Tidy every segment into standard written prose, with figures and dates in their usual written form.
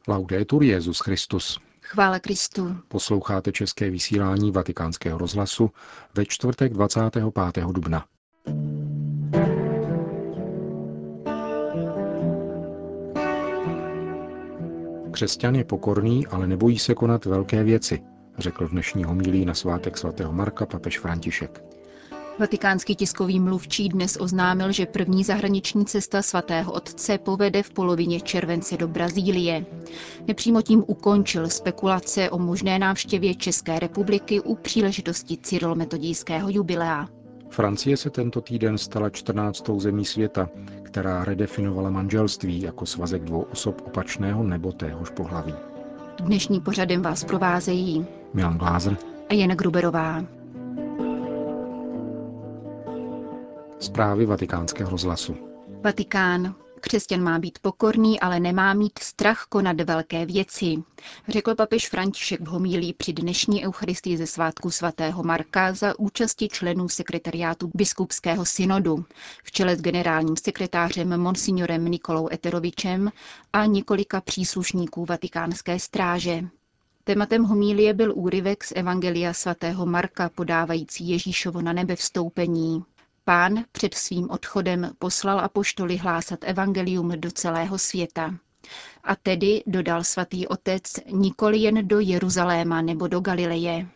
Laudetur Jesus Christus. Chvála Kristu. Posloucháte české vysílání Vatikánského rozhlasu ve čtvrtek 25. dubna. Křesťan je pokorný, ale nebojí se konat velké věci, řekl v dnešní homilii na svátek svatého Marka papež František. Vatikánský tiskový mluvčí dnes oznámil, že první zahraniční cesta svatého otce povede v polovině července do Brazílie. Nepřímo tím ukončil spekulace o možné návštěvě České republiky u příležitosti cyrilometodějského jubilea. Francie se tento týden stala 14. zemí světa, která redefinovala manželství jako svazek dvou osob opačného nebo téhož pohlaví. Dnešní pořadem vás provázejí Milan Glázer a Jana Gruberová. Zprávy Vatikánského rozhlasu. Vatikán. Křesťan má být pokorný, ale nemá mít strach konat velké věci, řekl papež František v homílii při dnešní eucharistii ze svátku svatého Marka za účasti členů sekretariátu biskupského synodu, v čele s generálním sekretářem monsignorem Nikolou Eterovičem a několika příslušníků vatikánské stráže. Tématem homílie byl úryvek z evangelia svatého Marka podávající Ježíšovo na nebe vstoupení. Pán před svým odchodem poslal apoštoly hlásat evangelium do celého světa. A tedy, dodal svatý otec, nikoli jen do Jeruzaléma nebo do Galileje.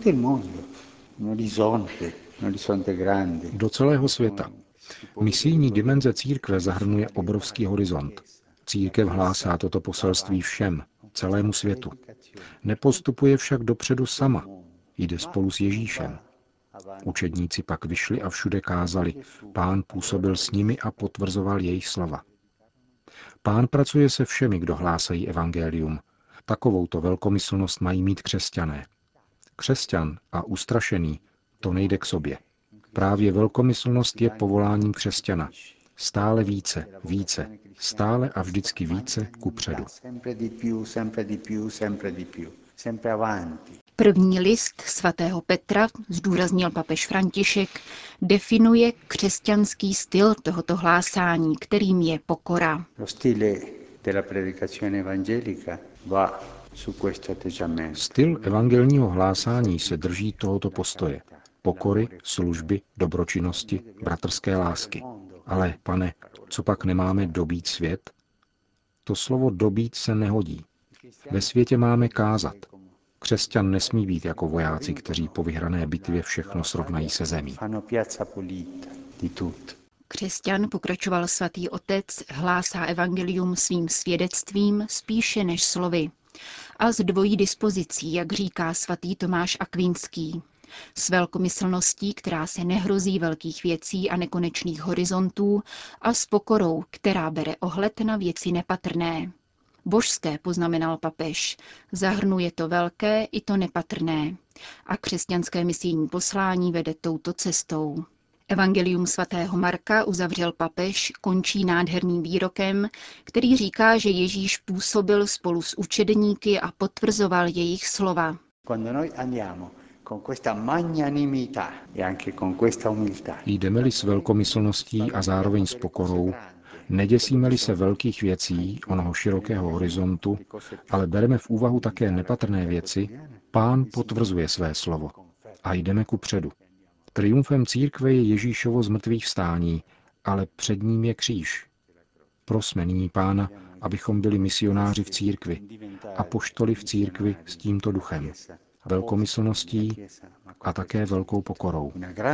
Do celého světa. Misijní dimenze církve zahrnuje obrovský horizont. Církev hlásá toto poselství všem, celému světu. Nepostupuje však dopředu sama. Jde spolu s Ježíšem. Učedníci pak vyšli a všude kázali. Pán působil s nimi a potvrzoval jejich slova. Pán pracuje se všemi, kdo hlásají evangelium. Takovouto velkomyslnost mají mít křesťané. Křesťan a ustrašený, to nejde k sobě. Právě velkomyslnost je povoláním křesťana. Stále více, více, stále a vždycky více kupředu. První list svatého Petra, zdůraznil papež František, definuje křesťanský styl tohoto hlásání, kterým je pokora. Styl evangelního hlásání se drží tohoto postoje. Pokory, služby, dobročinnosti, bratrské lásky. Ale, pane, co pak nemáme dobít svět? To slovo dobít se nehodí. Ve světě máme kázat. Křesťan nesmí být jako vojáci, kteří po vyhrané bitvě všechno srovnají se zemí. Křesťan, pokračoval svatý otec, hlásá evangelium svým svědectvím spíše než slovy. A s dvojí dispozicí, jak říká svatý Tomáš Akvinský. S velkomyslností, která se nehrozí velkých věcí a nekonečných horizontů, a s pokorou, která bere ohled na věci nepatrné. Božské, poznamenal papež, zahrnuje to velké i to nepatrné. A křesťanské misijní poslání vede touto cestou. Evangelium svatého Marka, uzavřel papež, končí nádherným výrokem, který říká, že Ježíš působil spolu s učedníky a potvrzoval jejich slova. Jdeme-li s velkomyslností a zároveň s pokorou, neděsíme-li se velkých věcí, onoho širokého horizontu, ale bereme v úvahu také nepatrné věci, Pán potvrzuje své slovo a jdeme ku předu. Triumfem církve je Ježíšovo zmrtvýchvstání, ale před ním je kříž. Prosme nyní Pána, abychom byli misionáři v církvi, apoštoli v církvi s tímto duchem, velkomyslností a také velkou pokorou.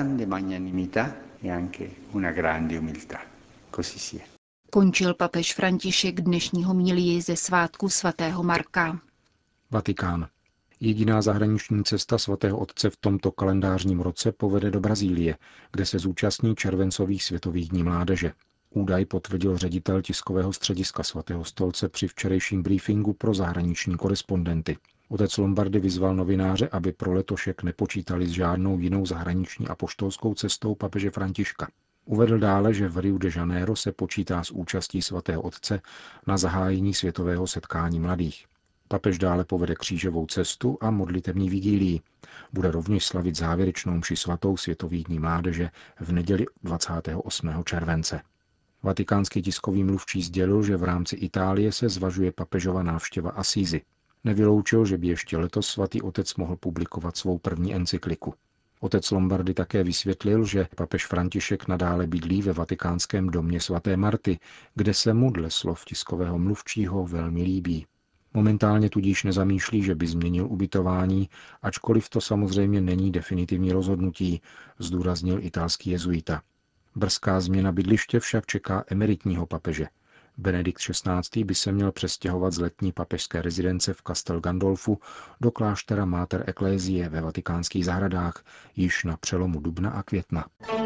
Končil papež František dnešní homilii ze svátku svatého Marka. Vatikán. Jediná zahraniční cesta svatého otce v tomto kalendářním roce povede do Brazílie, kde se zúčastní červencových světových dní mládeže. Údaj potvrdil ředitel tiskového střediska svatého stolce při včerejším briefingu pro zahraniční korespondenty. Otec Lombardy vyzval novináře, aby pro letošek nepočítali s žádnou jinou zahraniční apoštolskou cestou papeže Františka. Uvedl dále, že v Rio de Janeiro se počítá s účastí svatého otce na zahájení světového setkání mladých. Papež dále povede křížovou cestu a modlitevní vigílii. Bude rovněž slavit závěrečnou mši svatou světových dní mládeže v neděli 28. července. Vatikánský tiskový mluvčí sdělil, že v rámci Itálie se zvažuje papežova návštěva Asízy. Nevyloučil, že by ještě letos svatý otec mohl publikovat svou první encykliku. Otec Lombardy také vysvětlil, že papež František nadále bydlí ve vatikánském domě svaté Marty, kde se mu dle slov tiskového mluvčího velmi líbí. Momentálně tudíž nezamýšlí, že by změnil ubytování, ačkoliv to samozřejmě není definitivní rozhodnutí, zdůraznil italský jezuita. Brzká změna bydliště však čeká emeritního papeže. Benedikt XVI. By se měl přestěhovat z letní papežské rezidence v Castel Gandolfu do kláštera Mater Ecclesiae ve vatikánských zahradách již na přelomu dubna a května.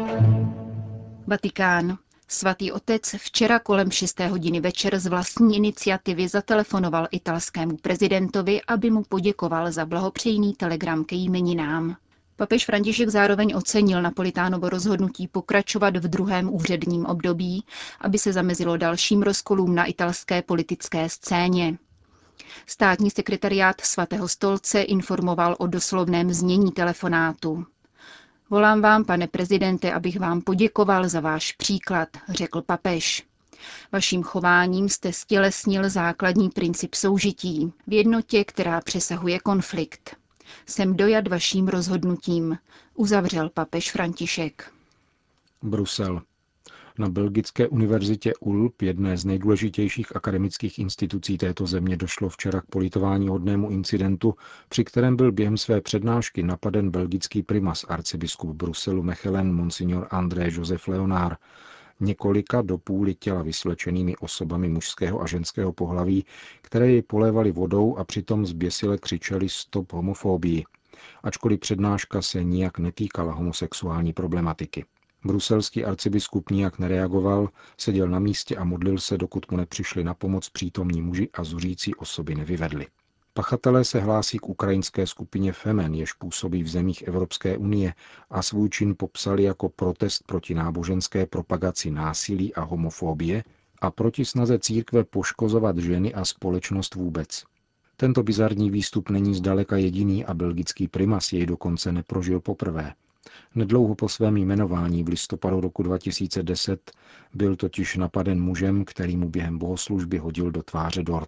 Vatikán. Svatý otec včera kolem 6. hodiny večer z vlastní iniciativy zatelefonoval italskému prezidentovi, aby mu poděkoval za blahopřejný telegram ke jmeninám. Papež František zároveň ocenil Napolitánovo rozhodnutí pokračovat v druhém úředním období, aby se zamezilo dalším rozkolům na italské politické scéně. Státní sekretariát Svatého stolce informoval o doslovném znění telefonátu. Volám vám, pane prezidente, abych vám poděkoval za váš příklad, řekl papež. Vaším chováním jste stělesnil základní princip soužití v jednotě, která přesahuje konflikt. Jsem dojat vaším rozhodnutím, uzavřel papež František. Brusel. Na belgické univerzitě Ulm, jedné z nejdůležitějších akademických institucí této země, došlo včera k politováníhodnému incidentu, při kterém byl během své přednášky napaden belgický primas arcibiskup Bruselu Mechelen Monsignor André Joseph Leonard, několika do půli těla vyslečenými osobami mužského a ženského pohlaví, které jej polévali vodou a přitom zběsile křičeli stop homofobii, ačkoliv přednáška se nijak netýkala homosexuální problematiky. Bruselský arcibiskup nijak nereagoval, seděl na místě a modlil se, dokud mu nepřišli na pomoc přítomní muži a zuřící osoby nevyvedli. Pachatelé se hlásí k ukrajinské skupině Femen, jež působí v zemích Evropské unie, a svůj čin popsali jako protest proti náboženské propagaci násilí a homofobie a proti snaze církve poškozovat ženy a společnost vůbec. Tento bizarní výstup není zdaleka jediný a belgický primas jej dokonce neprožil poprvé. Nedlouho po svém jmenování v listopadu roku 2010 byl totiž napaden mužem, který mu během bohoslužby hodil do tváře dort.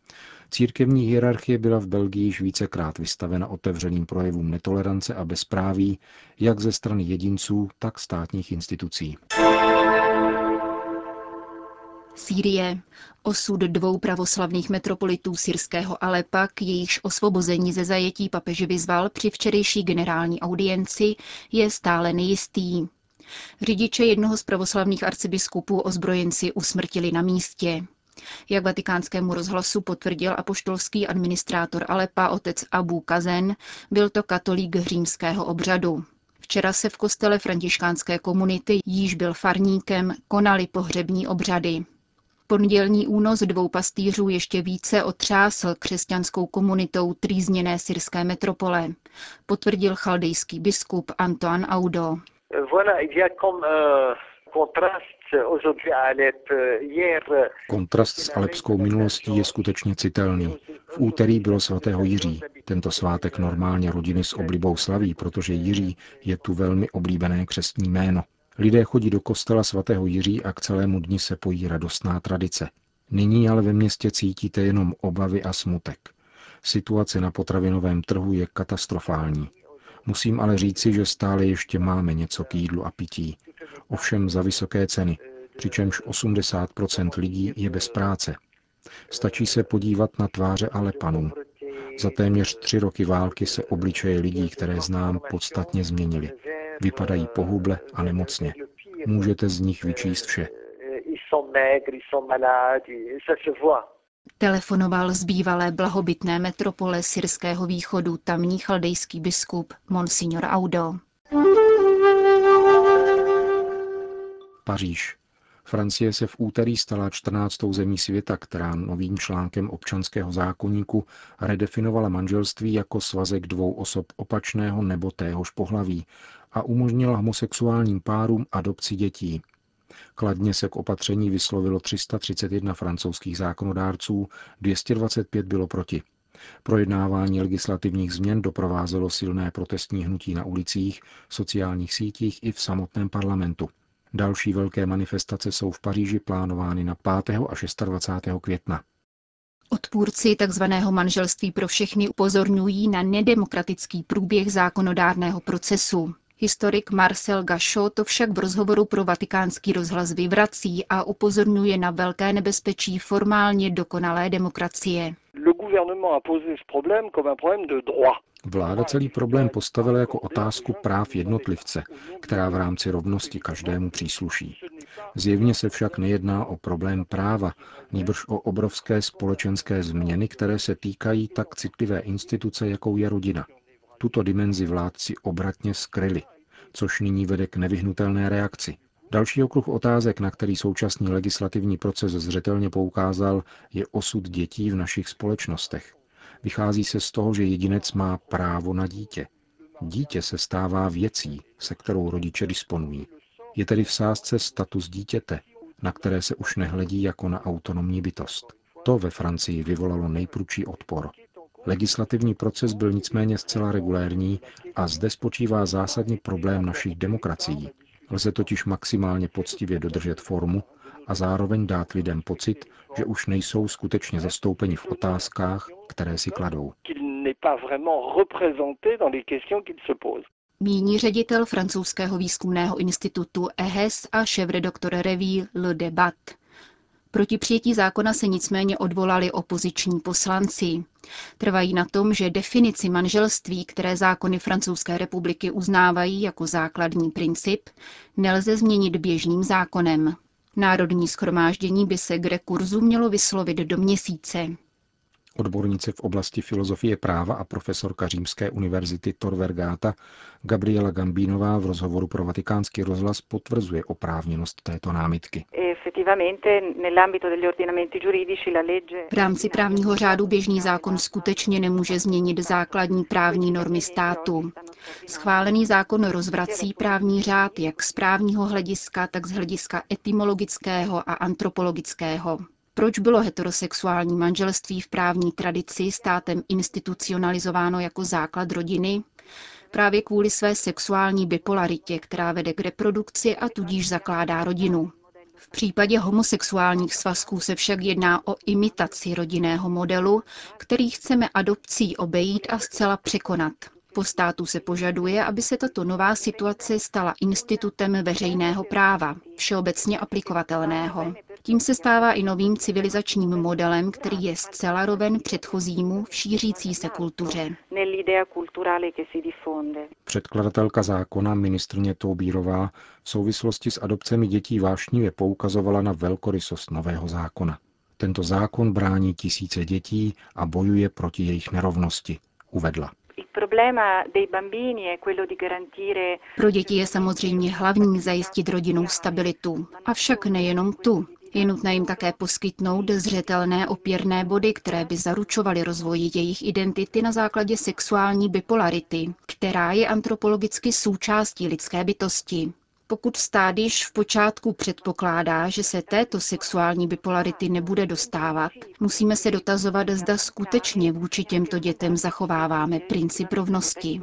Církevní hierarchie byla v Belgii již vícekrát vystavena otevřeným projevům netolerance a bezpráví, jak ze strany jedinců, tak státních institucí. Sýrie. Osud 2 pravoslavných metropolitů syrského Alepa, k jejichž osvobození ze zajetí papež vyzval při včerejší generální audienci, je stále nejistý. Řidiče jednoho z pravoslavných arcibiskupů ozbrojenci usmrtili na místě. Jak Vatikánskému rozhlasu potvrdil apoštolský administrátor Alepa otec Abu Kazen, byl to katolík římského obřadu. Včera se v kostele františkánské komunity, jíž byl farníkem, konaly pohřební obřady. Pondělní únos 2 pastýřů ještě více otřásl křesťanskou komunitou trýzněné syrské metropole, potvrdil chaldejský biskup Antoine Audo. Kontrast s alepskou minulostí je skutečně citelný. V úterý bylo svatého Jiří. Tento svátek normálně rodiny s oblibou slaví, protože Jiří je tu velmi oblíbené křestní jméno. Lidé chodí do kostela svatého Jiří a k celému dni se pojí radostná tradice. Nyní ale ve městě cítíte jenom obavy a smutek. Situace na potravinovém trhu je katastrofální. Musím ale říci, že stále ještě máme něco k jídlu a pití. Ovšem za vysoké ceny, přičemž 80% lidí je bez práce. Stačí se podívat na tváře Alepanů. Za téměř 3 roky války se obličeje lidí, které znám, podstatně změnily. Vypadají pohuble a nemocně. Můžete z nich vyčíst vše. Telefonoval z bývalé blahobytné metropole syrského východu tamní chaldejský biskup Monsignor Audo. Paříž. Francie se v úterý stala 14. zemí světa, která novým článkem občanského zákoníku redefinovala manželství jako svazek 2 osob opačného nebo téhož pohlaví a umožnila homosexuálním párům adopci dětí. Kladně se k opatření vyslovilo 331 francouzských zákonodárců, 225 bylo proti. Projednávání legislativních změn doprovázelo silné protestní hnutí na ulicích, sociálních sítích i v samotném parlamentu. Další velké manifestace jsou v Paříži plánovány na 5. a 26. května. Odpůrci tzv. Manželství pro všechny upozorňují na nedemokratický průběh zákonodárného procesu. Historik Marcel Gachot to však v rozhovoru pro Vatikánský rozhlas vyvrací a upozorňuje na velké nebezpečí formálně dokonalé demokracie. Vláda celý problém postavila jako otázku práv jednotlivce, která v rámci rovnosti každému přísluší. Zjevně se však nejedná o problém práva, nýbrž o obrovské společenské změny, které se týkají tak citlivé instituce, jakou je rodina. Tuto dimenzi vládci obratně skryli, což nyní vede k nevyhnutelné reakci. Další okruh otázek, na který současný legislativní proces zřetelně poukázal, je osud dětí v našich společnostech. Vychází se z toho, že jedinec má právo na dítě. Dítě se stává věcí, se kterou rodiče disponují. Je tedy v sázce status dítěte, na které se už nehledí jako na autonomní bytost. To ve Francii vyvolalo nejprudší odpor. Legislativní proces byl nicméně zcela regulérní a zde spočívá zásadní problém našich demokracií. Lze totiž maximálně poctivě dodržet formu a zároveň dát lidem pocit, že už nejsou skutečně zastoupeni v otázkách, které si kladou. Míní ředitel francouzského výzkumného institutu EHES a šéfredaktor Revue Le Débat. Proti přijetí zákona se nicméně odvolali opoziční poslanci. Trvají na tom, že definici manželství, které zákony Francouzské republiky uznávají jako základní princip, nelze změnit běžným zákonem. Národní shromáždění by se k rekurzu mělo vyslovit do měsíce. Odbornice v oblasti filozofie práva a profesorka Římské univerzity Tor Vergata Gabriela Gambinová v rozhovoru pro Vatikánský rozhlas potvrzuje oprávněnost této námitky. V rámci právního řádu běžný zákon skutečně nemůže změnit základní právní normy státu. Schválený zákon rozvrací právní řád jak z právního hlediska, tak z hlediska etymologického a antropologického. Proč bylo heterosexuální manželství v právní tradici státem institucionalizováno jako základ rodiny? Právě kvůli své sexuální bipolaritě, která vede k reprodukci a tudíž zakládá rodinu. V případě homosexuálních svazků se však jedná o imitaci rodinného modelu, který chceme adopcí obejít a zcela překonat. Po státu se požaduje, aby se tato nová situace stala institutem veřejného práva, všeobecně aplikovatelného. Tím se stává i novým civilizačním modelem, který je zcela roven předchozímu v šířící se kultuře. Předkladatelka zákona ministryně Toubírová v souvislosti s adopcemi dětí vášnivě poukazovala na velkorysost nového zákona. Tento zákon brání tisíce dětí a bojuje proti jejich nerovnosti, uvedla. Pro děti je samozřejmě hlavní zajistit rodinnou stabilitu. Avšak nejenom tu. Je nutné jim také poskytnout zřetelné opěrné body, které by zaručovaly rozvoj jejich identity na základě sexuální bipolarity, která je antropologicky součástí lidské bytosti. Pokud stát již v počátku předpokládá, že se této sexuální bipolarity nebude dostávat, musíme se dotazovat, zda skutečně vůči těmto dětem zachováváme princip rovnosti.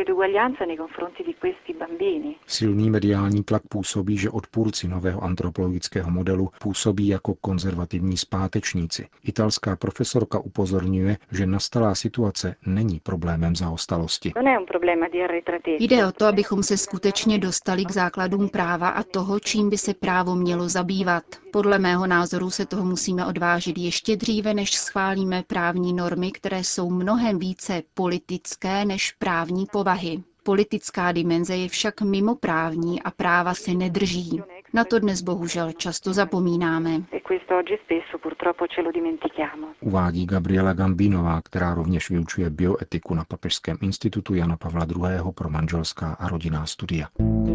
Silný mediální tlak působí, že odpůrci nového antropologického modelu působí jako konzervativní zpátečníci. Italská profesorka upozorňuje, že nastalá situace není problémem zaostalosti. Jde o to, abychom se skutečně dostali k základům práva a toho, čím by se právo mělo zabývat. Podle mého názoru se toho musíme odvážit ještě dříve, než schválíme právní normy, které jsou mnohem více politické než právní povahy. Politická dimenze je však mimo právní a práva se nedrží. Na to dnes bohužel často zapomínáme. Uvádí Gabriela Gambinová, která rovněž vyučuje bioetiku na Papežském institutu Jana Pavla II. Pro manželská a rodinná studia.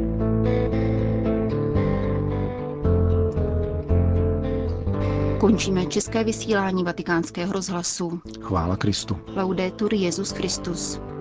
Končíme české vysílání Vatikánského rozhlasu. Chvála Kristu. Laudetur Jesus Christus.